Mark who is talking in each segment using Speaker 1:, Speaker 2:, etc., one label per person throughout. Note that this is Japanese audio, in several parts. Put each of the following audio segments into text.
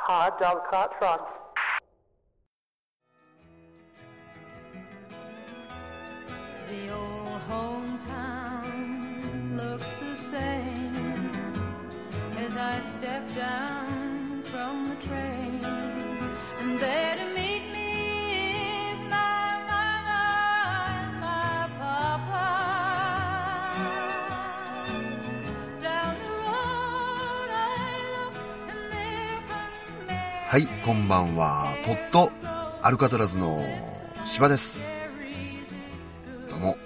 Speaker 1: Hard dog cart trot.
Speaker 2: The old hometown looks the same as I step down from the train, and there to meet me is my papa. Down the road I look and there comes Mary.
Speaker 3: はい、こんばんは。ポッドアルカトラズの柴です。どうも。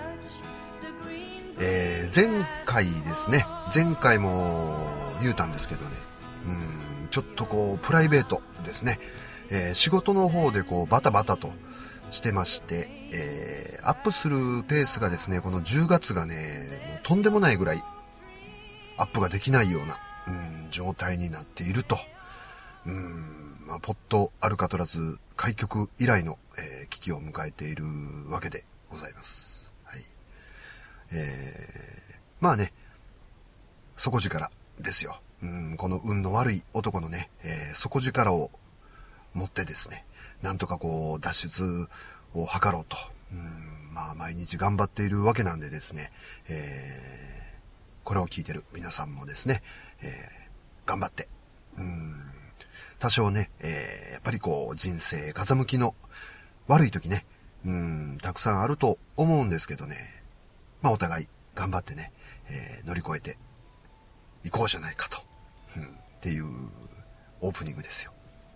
Speaker 3: 前回ですね、前回も言うたんですけどね、ちょっとこうプライベートですね、仕事の方でこうバタバタとしてまして、アップするペースがですね、この10月がね、もうとんでもないぐらいアップができないような、状態になっていると。ポッドアルカトラズ開局以来の、危機を迎えているわけでございます。はい。まあね、底力ですよ。この運の悪い男のね、底力を持ってですね、なんとかこう脱出を図ろうと、まあ毎日頑張っているわけなんでですね、これを聞いてる皆さんもですね、頑張って、多少ね、やっぱりこう人生風向きの悪い時ね、たくさんあると思うんですけどね、まあお互い頑張ってね、乗り越えていこうじゃないかと、っていうオープニングですよ。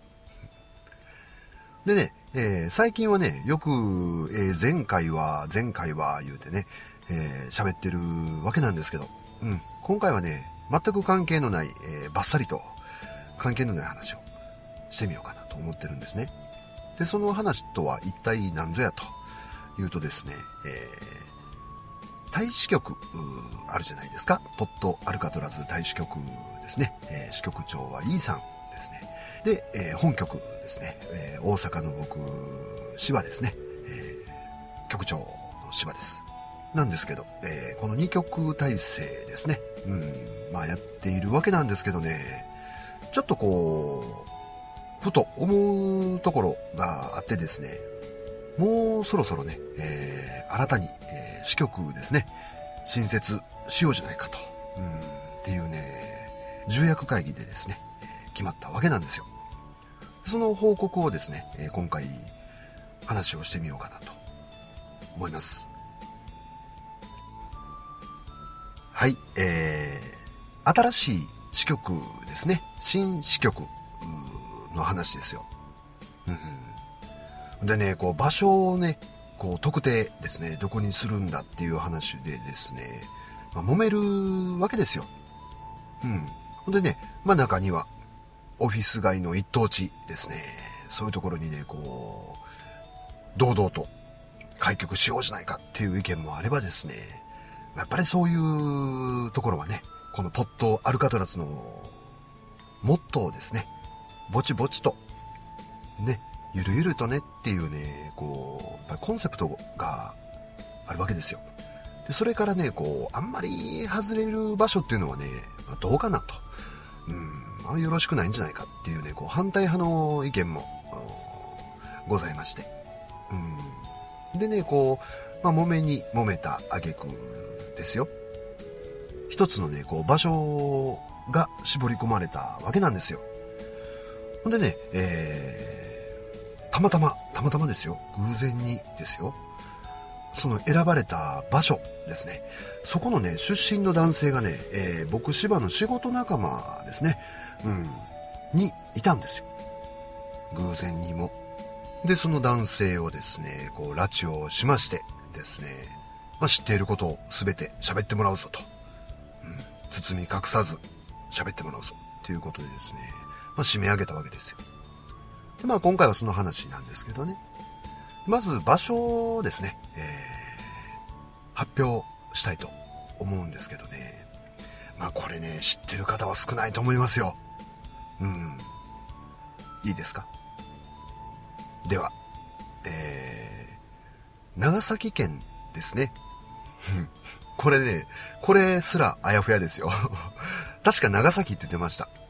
Speaker 3: でね、最近はね、よく、前回は言うてね、喋ってるわけなんですけど、今回はね、全く関係のない、バッサリと関係のない話をしてみようかなと思ってるんですね。で、その話とは一体何ぞやというとですね、大使局あるじゃないですか。ポッドアルカトラズ大使局ですね。支局長は E さんですね。で、本局ですね、大阪の僕柴ですね、局長の柴です。なんですけど、この2局体制ですね、まあやっているわけなんですけどね、ちょっとこうふと思うところがあってですね、もうそろそろね、新たに、支局ですね、新設しようじゃないかと、っていうね、重役会議でですね、決まったわけなんですよ。その報告をですね、今回話をしてみようかなと思います。はい、新しい支局ですね、新支局の話ですよ。でね、こう場所をね、こう特定ですね、どこにするんだっていう話でですね、揉めるわけですよ。でね、中にはオフィス街の一等地ですね、そういうところにね、こう堂々と開局しようじゃないかっていう意見もあればですね、やっぱりそういうところはね、このポッドアルカトラズのモットーですね、ぼちぼちとね、ゆるゆるとねっていうね、こうやっぱりコンセプトがあるわけですよ。でそれからね、こうあんまり外れる場所っていうのはね、どうかなと、よろしくないんじゃないかっていうね、こう反対派の意見もございまして、でね、こう、揉めに揉めた挙句ですよ、一つのね、こう場所が絞り込まれたわけなんですよ。ほんでね、たまたまですよ、偶然にですよ、その選ばれた場所ですね、そこのね、出身の男性がね、僕柴の仕事仲間ですね、にいたんですよ、偶然にも。でその男性をですね、こう拉致をしましてですね、知っていることを全て喋ってもらうぞと、包み隠さず喋ってもらうぞということでですね、締め上げたわけですよ。で今回はその話なんですけどね、まず場所ですね、発表したいと思うんですけどね、これね、知ってる方は少ないと思いますよ。いいですか。では、長崎県ですね。これね、これすらあやふやですよ。確か長崎って言ってました。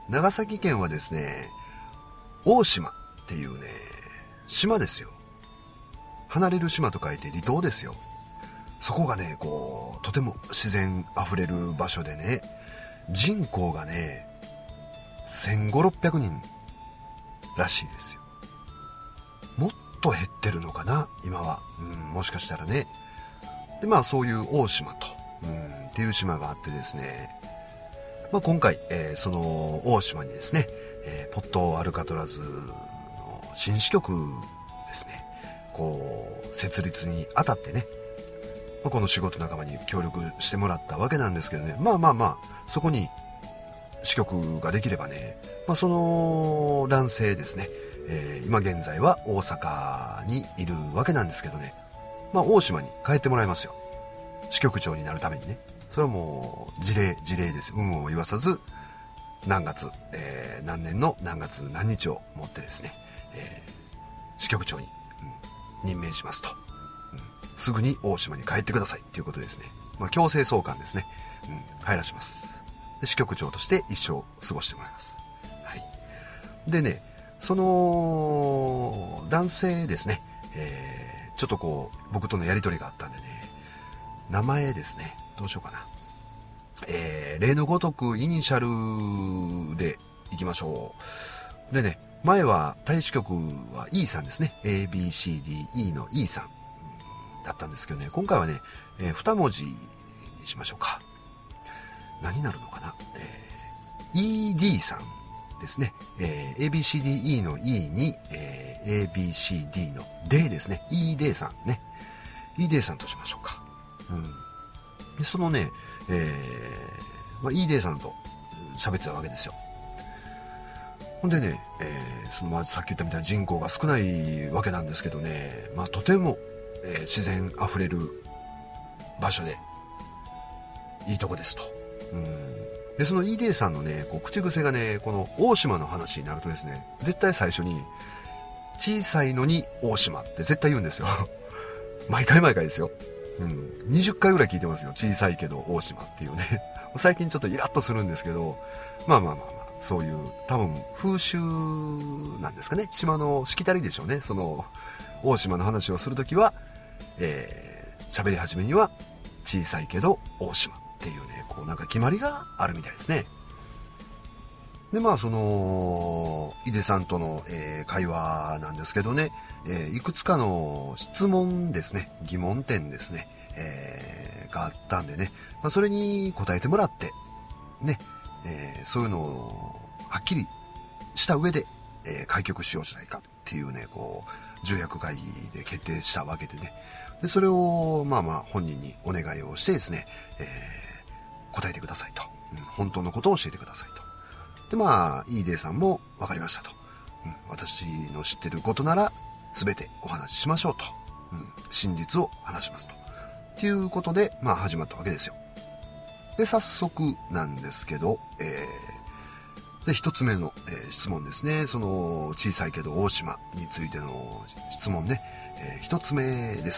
Speaker 3: 長崎県はですね、大島っていうね、島ですよ。離れる島と書いて離島ですよ。そこがね、こう、とても自然あふれる場所でね、人口がね、1500、600人らしいですよ。もっと減ってるのかな、今は。もしかしたらね。で、まあそういう大島と、っていう島があってですね、まあ今回、その大島にですね、ポットアルカトラズの新支局ですね、こう、設立にあたってね、まあ、この仕事仲間に協力してもらったわけなんですけどね、まあ、そこに支局ができればね、まあその男性ですね、今現在は大阪にいるわけなんですけどね、まあ大島に帰ってもらいますよ。支局長になるためにね。それはもう事例です。有無を言わさず、何月、何年の何月何日をもってですね、支局長に、任命しますと、すぐに大島に帰ってくださいということですね。まあ強制送還ですね。帰らします。で、支局長として一生過ごしてもらいます。はい。でね、その男性ですね、ちょっとこう僕とのやり取りがあったんでね、名前ですね、どうしようかな。例のごとくイニシャルでいきましょう。でね、前は大使局は E さんですね。ABCDE の E さんだったんですけどね、今回はね、2文字にしましょうか。何になるのかな。ED さんですね。ABCDE の E に、ABCD の D ですね。ED さんね。ED さんとしましょうか。でそのね、まあ、ED さんと喋ってたわけですよ。ほんでね、そのまあさっき言ったみたいに人口が少ないわけなんですけどね、まあとても、自然あふれる場所でいいとこですと。でその ED さんのね、こう口癖がね、この大島の話になるとですね、絶対最初に小さいのに大島って絶対言うんですよ。毎回ですよ。20回ぐらい聞いてますよ。小さいけど大島っていうね。最近ちょっとイラッとするんですけど、まあ、そういう多分風習なんですかね。島のしきたりでしょうね。その大島の話をするときは、喋り始めには小さいけど大島っていうね、こうなんか決まりがあるみたいですね。でまあその井出さんとの、会話なんですけどね、いくつかの質問ですね、疑問点ですね、があったんでね、まあ、それに答えてもらってね、そういうのをはっきりした上で、解決しようじゃないかっていうね、こう重役会議で決定したわけでね、でそれをまあ本人にお願いをしてですね、答えてくださいと、本当のことを教えてくださいと。でまあ ED さんも分かりましたと、私の知ってることなら全てお話ししましょうと、真実を話しますとっていうことでまあ始まったわけですよ。で早速なんですけど、で一つ目の、質問ですね。その小さいけど大島についての質問ね、一つ目です。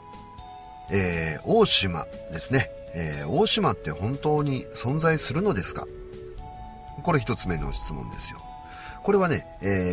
Speaker 3: 大島ですね、大島って本当に存在するのですか？これ一つ目の質問ですよ。これはね、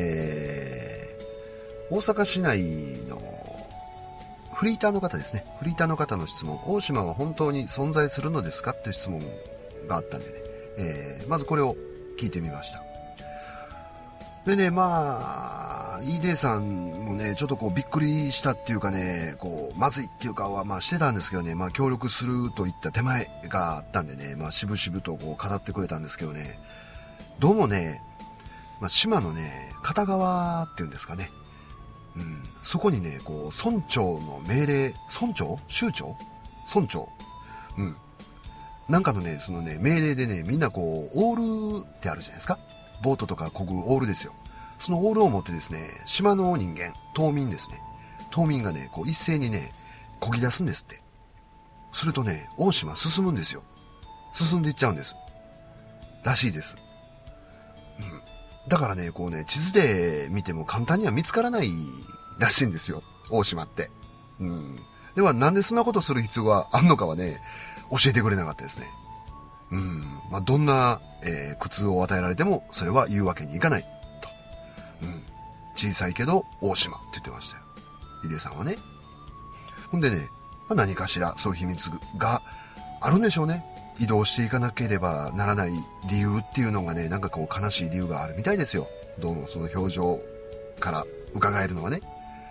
Speaker 3: 大阪市内のフリーターの方ですね。フリーターの方の質問。大島は本当に存在するのですかっていう質問があったんでね、まずこれを聞いてみました。でね、まあ ED さんもね、ちょっとこうびっくりしたっていうかね、こうまずいっていうかはまあしてたんですけどね、まあ協力するといった手前があったんでね、まあ渋々とこう語ってくれたんですけどね、どうもね、まあ、島のね片側っていうんですかね、そこにねこう村長の命令、村長州長村長なんかのねそのね命令でね、みんなこうオールってあるじゃないですか、ボートとか漕ぐオールですよ。そのオールを持ってですね、島の人間、島民ですね、島民がねこう一斉にね漕ぎ出すんですって。するとね大島進むんですよ。進んでいっちゃうんですらしいです。だからねこうね地図で見ても簡単には見つからないらしいんですよ、大島って。ではなんでそんなことする必要があんのかはね教えてくれなかったですね。 どんな、苦痛を与えられてもそれは言うわけにいかないと。小さいけど大島って言ってましたよ。井出さんはね。ほんでね、何かしらそういう秘密があるんでしょうね。移動していかなければならない理由っていうのがね、なんかこう悲しい理由があるみたいですよ。どうもその表情から伺えるのはね。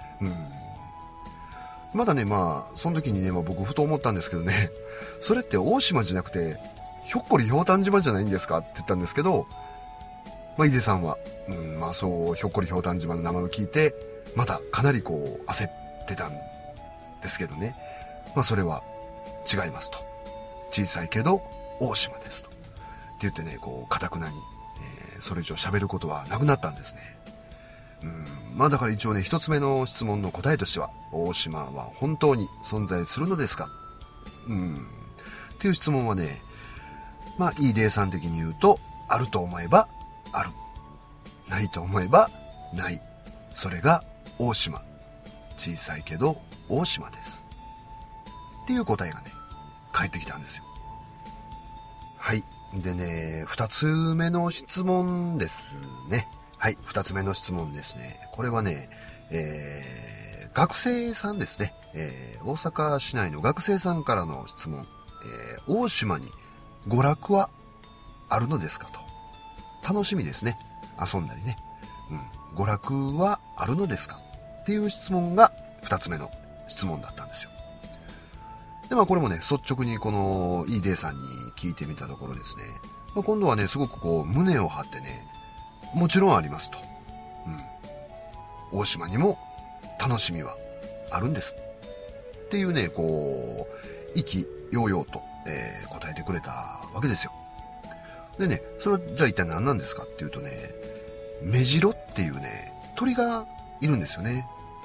Speaker 3: まだね、その時にね、僕ふと思ったんですけどね、それって大島じゃなくて、ひょっこりひょうたん島じゃないんですかって言ったんですけど、井出さんは、そう、ひょっこりひょうたん島の名前を聞いて、またかなりこう、焦ってたんですけどね。それは違いますと。小さいけど、大島ですと。って言ってね、こう、堅くなに、それ以上喋ることはなくなったんですね。だから一応ね、一つ目の質問の答えとしては、大島は本当に存在するのですか？っていう質問はね、井出さん的に言うと、あると思えばある。ないと思えばない。それが大島。小さいけど大島です。っていう答えがね、返ってきたんですよ。はい。でね、二つ目の質問ですね。はい、二つ目の質問ですね。これはね、学生さんですね。大阪市内の学生さんからの質問。大島に娯楽はあるのですかと。楽しみですね。遊んだりね。娯楽はあるのですかっていう質問が二つ目の質問だったんですよ。で、これもね、率直にこの井出さんに聞いてみたところですね。今度はね、すごくこう、胸を張ってね、もちろんありますと。大島にも楽しみはあるんです。っていうね、こう、意気揚々と、答えてくれたわけですよ。でね、それはじゃあ一体何なんですかっていうとね、メジロっていうね、鳥がいるんですよね。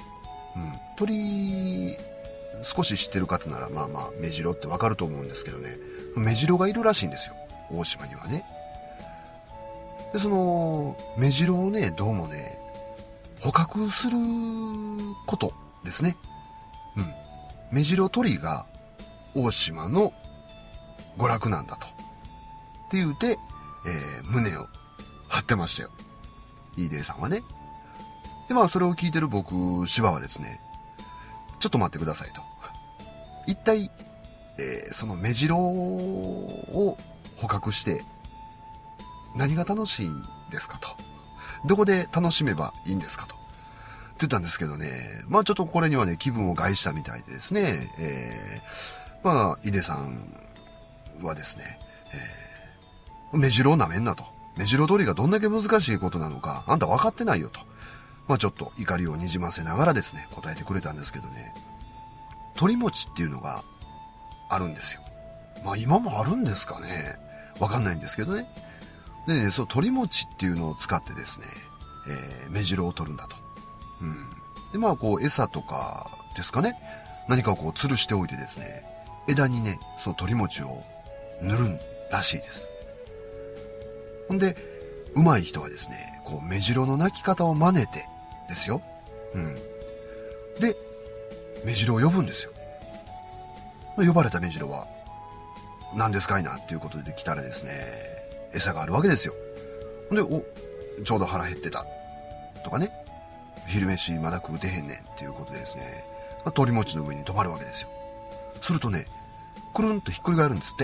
Speaker 3: 鳥、少し知ってる方ならメジロってわかると思うんですけどね、メジロがいるらしいんですよ。大島にはね。で、その、メジロをね、どうもね、捕獲することですね。メジロ取りが大島の娯楽なんだと。って言うて、胸を張ってましたよ。井出さんはね。で、それを聞いてる僕、芝はですね、ちょっと待ってくださいと。一体、そのメジロを捕獲して、何が楽しいんですかと。どこで楽しめばいいんですかと。って言ったんですけどね、ちょっとこれにはね、気分を害したみたいでですね、井出さんはですね、メジロを舐めんなと。メジロ取りがどんだけ難しいことなのか、あんた分かってないよと。ちょっと怒りをにじませながらですね、答えてくれたんですけどね、鳥餅っていうのがあるんですよ。今もあるんですかね。わかんないんですけどね。でね、そう鳥餅っていうのを使ってですね、メジロを取るんだと。で、こう餌とかですかね。何かをこう吊るしておいてですね、枝にね、その鳥餅を塗るらしいです。ほんで、上手い人はですね、こうメジロの鳴き方を真似てですよ。で、メジロを呼ぶんですよ。呼ばれたメジロは、何ですかいなっていうことで来たらですね、餌があるわけですよ。で、ちょうど腹減ってた。とかね、昼飯まだ食うてへんねんっていうことでですね、鳥餅の上に止まるわけですよ。するとね、くるんとひっくり返るんですって。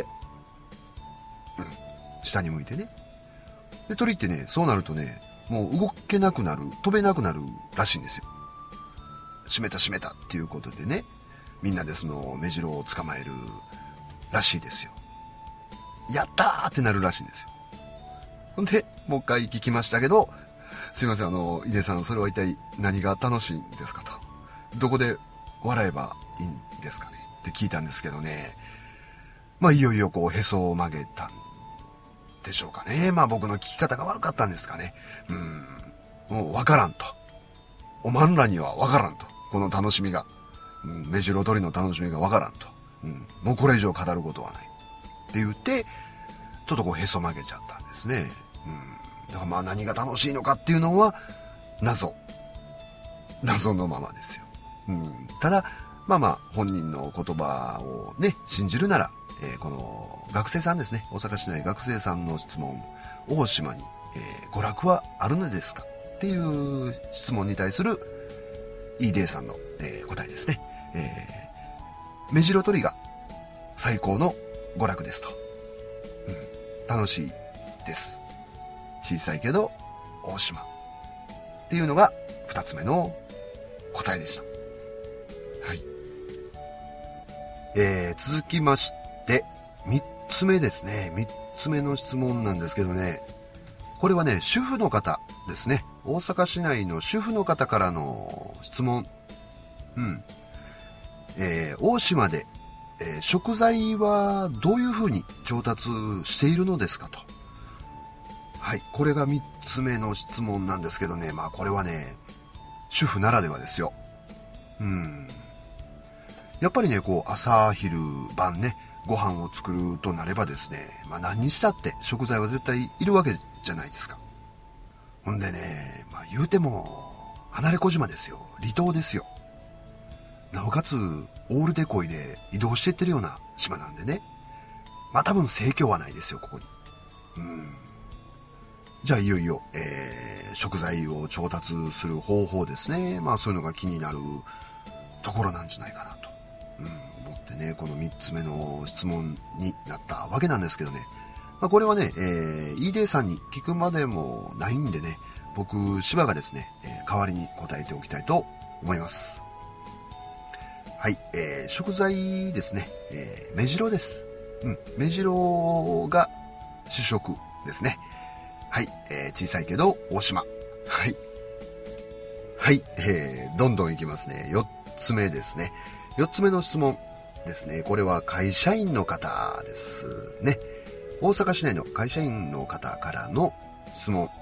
Speaker 3: 下に向いてね。で、鳥ってね、そうなるとね、もう動けなくなる、飛べなくなるらしいんですよ。閉めたっていうことでね、みんなでそのメジロを捕まえるらしいですよ。やったーってなるらしいんですよ。ほんで、もう一回聞きましたけど、すいません、井出さん、それは一体何が楽しいんですかと。どこで笑えばいいんですかねって聞いたんですけどね。いよいよこう、へそを曲げたんでしょうかね。僕の聞き方が悪かったんですかね。もうわからんと。おまんらにはわからんと。この楽しみが。メジロ取りの楽しみがわからんと。もうこれ以上語ることはない。って言って、ちょっとこうへそ曲げちゃったんですね。だから何が楽しいのかっていうのは、謎のままですよ。ただ、本人の言葉をね、信じるなら、 この学生さんですね、大阪市内学生さんの質問、大島に、娯楽はあるのですかっていう質問に対するイーデーさんの、答えですね。目白取りが最高の娯楽ですと。楽しいです。小さいけど大島っていうのが2つ目の答えでした。はい。続きまして3つ目ですね。3つ目の質問なんですけどね、これはね、主婦の方ですね。大阪市内の主婦の方からの質問。大島で、食材はどういうふうに調達しているのですかと。はい、これが3つ目の質問なんですけどね、これはね、主婦ならではですよ。やっぱりね、朝昼晩ね、ご飯を作るとなればですね、何にしたって食材は絶対いるわけじゃないですか。ほんでね、言うても離れ小島ですよ。離島ですよ。なおかつオールデコイで移動していってるような島なんでね、多分生協はないですよ、ここに。じゃあいよいよ、食材を調達する方法ですね。そういうのが気になるところなんじゃないかなと、思ってね、この3つ目の質問になったわけなんですけどね。これはね、イーデーさんに聞くまでもないんでね、僕、柴がですね、代わりに答えておきたいと思います。はい、食材ですね、目白です。目白が主食ですね。はい、小さいけど大島。はい。はい、どんどんいきますね。4つ目ですね。4つ目の質問ですね。これは会社員の方ですね。大阪市内の会社員の方からの質問。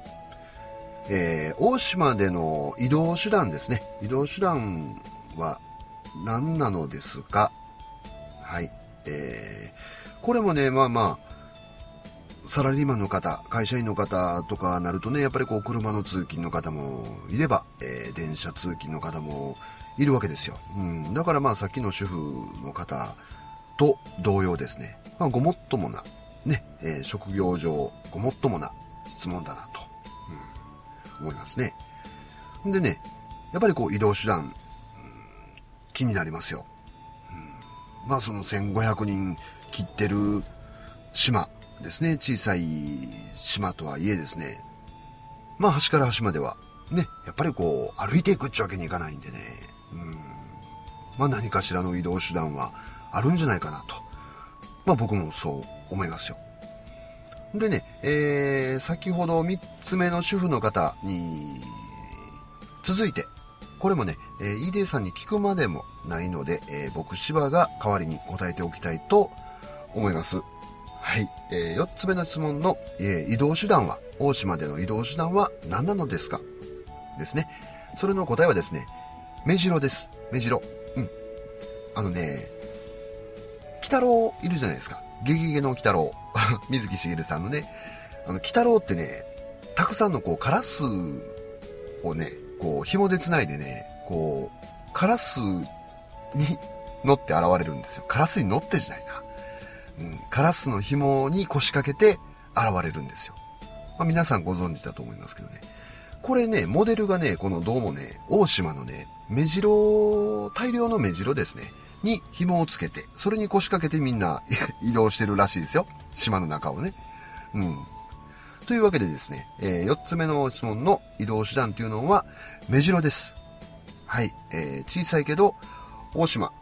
Speaker 3: 大島での移動手段ですね。移動手段は何なのですか？はい。これもね、サラリーマンの方、会社員の方とかなるとね、やっぱり車の通勤の方もいれば、電車通勤の方もいるわけですよ。だからさっきの主婦の方と同様ですね。ごもっともな、ね、職業上ごもっともな質問だなと、思いますね。でね、やっぱり移動手段、気になりますよ。その1500人切ってる島ですね。小さい島とはいえですね。端から端まではね、やっぱり歩いていくってわけにいかないんでね。何かしらの移動手段はあるんじゃないかなと。僕もそう思いますよ。でね、先ほど3つ目の主婦の方に続いて、これもね、イーデーさんに聞くまでもないので、僕柴が代わりに答えておきたいと思います。はい、4つ目の質問の、移動手段は、大島での移動手段は何なのですかですね。それの答えはですね、目白です。目白。鬼太郎いるじゃないですか。ゲゲゲの鬼太郎。水木しげるさんのね。鬼太郎ってね、たくさんのカラスをね、紐で繋いでね、カラスに乗って現れるんですよ。カラスに乗ってじゃないな。カラスの紐に腰掛けて現れるんですよ。皆さんご存知だと思いますけどね。これね、モデルがね、どうもね、大島のね、目白、大量の目白ですね、に紐をつけて、それに腰掛けてみんな移動してるらしいですよ。島の中をね。というわけでですね、4つ目の質問の移動手段というのは、目白です。はい、小さいけど、大島。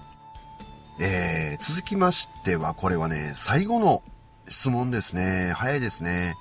Speaker 3: 続きましては、これはね、最後の質問ですね。早いですね。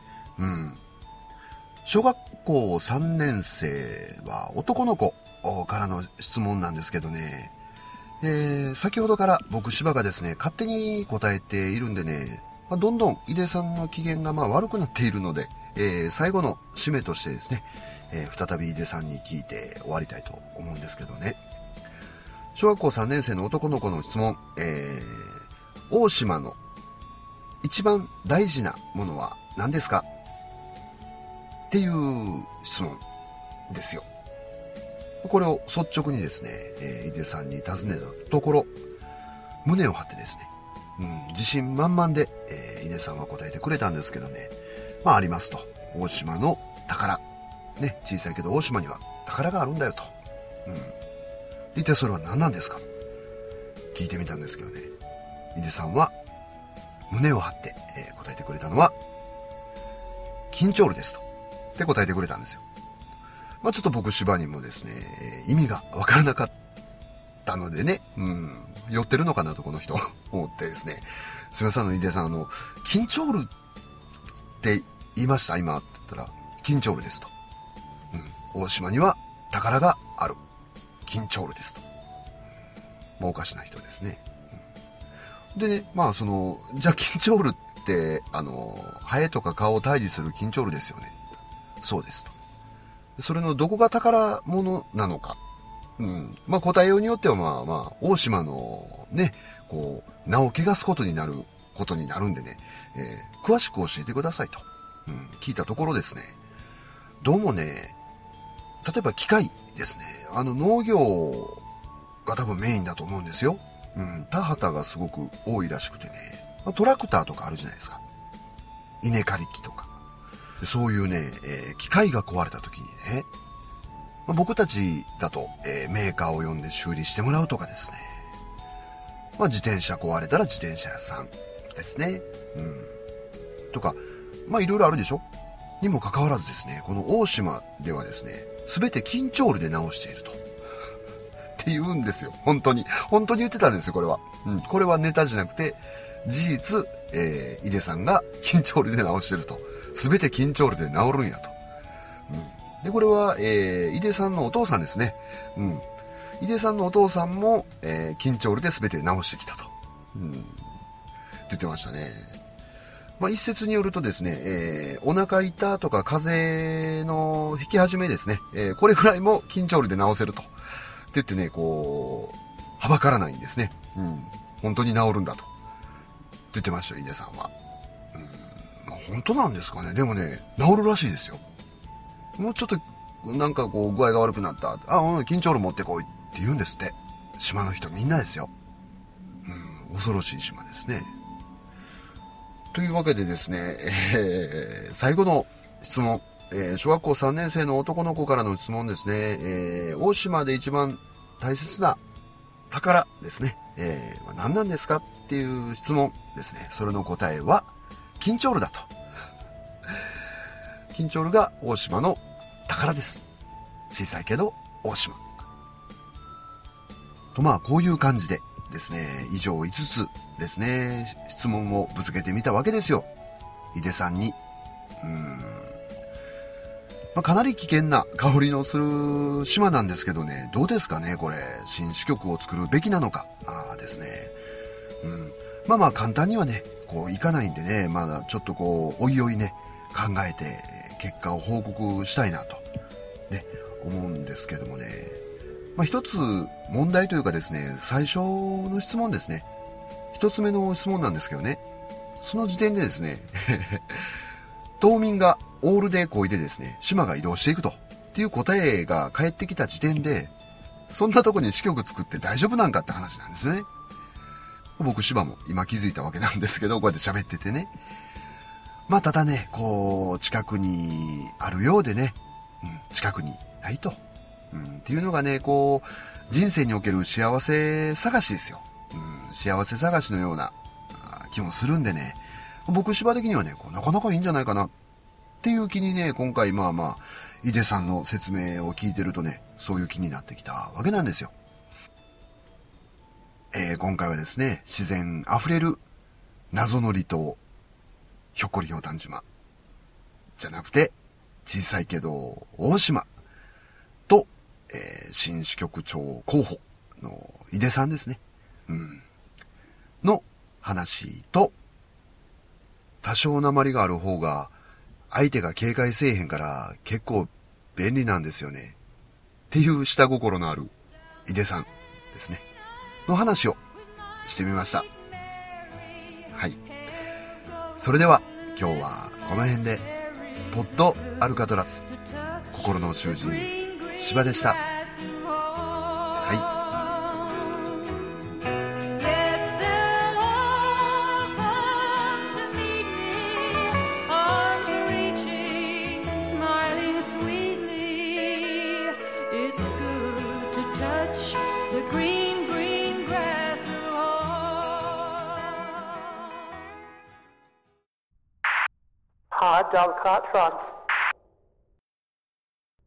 Speaker 3: 小学校3年生は男の子からの質問なんですけどね、先ほどから僕柴がですね、勝手に答えているんでね、どんどん井出さんの機嫌が悪くなっているので、最後の締めとしてですね、再び井出さんに聞いて終わりたいと思うんですけどね。小学校3年生の男の子の質問、大島の一番大事なものは何ですかっていう質問ですよ。これを率直にですね、井出さんに尋ねたところ、胸を張ってですね、 自信満々で、井出さんは答えてくれたんですけどね。まあありますと。大島の宝。ね、小さいけど大島には宝があるんだよと。一体それは何なんですか、聞いてみたんですけどね。井出さんは胸を張って、答えてくれたのは、緊張ルですと。って答えてくれたんですよ。まあちょっと僕芝にもですね、意味がわからなかったのでね、酔ってるのかなとこの人思ってですね、すみません、井出さん、緊張ルって言いました今って言ったら、緊張ルですと。大島には宝がある。緊張ルですと。おかしな人ですね。でね、まあじゃあ緊張ルって、ハエとか顔を退治する緊張ルですよね。そうですと。それのどこが宝物なのか。まあ答えようによってはまあ大島のね、こう、名を汚すことになるんでね、詳しく教えてくださいと。聞いたところですね、どうもね、例えば機械ですね、農業が多分メインだと思うんですよ。田畑がすごく多いらしくてね、トラクターとかあるじゃないですか。稲刈り機とか。そういうね、機械が壊れた時にね、僕たちだと、メーカーを呼んで修理してもらうとかですね。自転車壊れたら自転車屋さんですね。とか、いろいろあるでしょにもかかわらずですね、この大島ではですね、すべて緊張ルで直していると。って言うんですよ。本当に言ってたんですよ、これは。これはネタじゃなくて、事実、井出さんが緊張ルで直してると。すべて緊張ルで直るんやと。で、これは、井出さんのお父さんですね。井出さんのお父さんも、緊張ルで全て直してきたと。って言ってましたね。一説によるとですね、お腹痛とか風邪の引き始めですね。これぐらいも緊張ルで直せると。って言ってね、こう、はばからないんですね。本当に治るんだと。って言ってましたよ、井出さんは。本当なんですかね。でもね、治るらしいですよ。もうちょっと、なんかこう、具合が悪くなった。緊張ル持ってこいって言うんですって。島の人みんなですよ。恐ろしい島ですね。というわけでですね、最後の質問、小学校3年生の男の子からの質問ですね。大島で一番大切な宝ですね。何なんですかっていう質問ですね。それの答えは、緊張ルだと。緊張ルが大島の宝です。小さいけど大島。とこういう感じでですね、以上5つですね、質問をぶつけてみたわけですよ。井出さんに。かなり危険な香りのする島なんですけどね、どうですかね、これ。新支局を作るべきなのかですね。簡単にはね、こういかないんでね、まだちょっとこう、おいおいね、考えて結果を報告したいなと、ね、思うんですけどもね。一つ問題というかですね、最初の質問ですね。一つ目の質問なんですけどね、その時点でですね、島民がオールで漕いでですね、島が移動していくと。っていう答えが返ってきた時点で、そんなとこに支局作って大丈夫なんかって話なんですよね。僕、芝も今気づいたわけなんですけど、こうやって喋っててね。ただね、こう、近くにあるようでね、近くにないと。っていうのがね、こう、人生における幸せ探しですよ。幸せ探しのような気もするんでね、僕、芝的にはね、なかなかいいんじゃないかなっていう気にね、今回井出さんの説明を聞いてるとね、そういう気になってきたわけなんですよ。今回はですね、自然あふれる謎の離島、ひょっこりひょうたん島じゃなくて、小さいけど大島と、新支局長候補の井出さんですね。の話と、多少なまりがある方が相手が警戒せえへんから結構便利なんですよね。っていう下心のある井出さんですね。の話をしてみました。はい。それでは今日はこの辺で、ポッドアルカトラス、心の囚人、芝でした。はい。
Speaker 1: hard dog cart trots.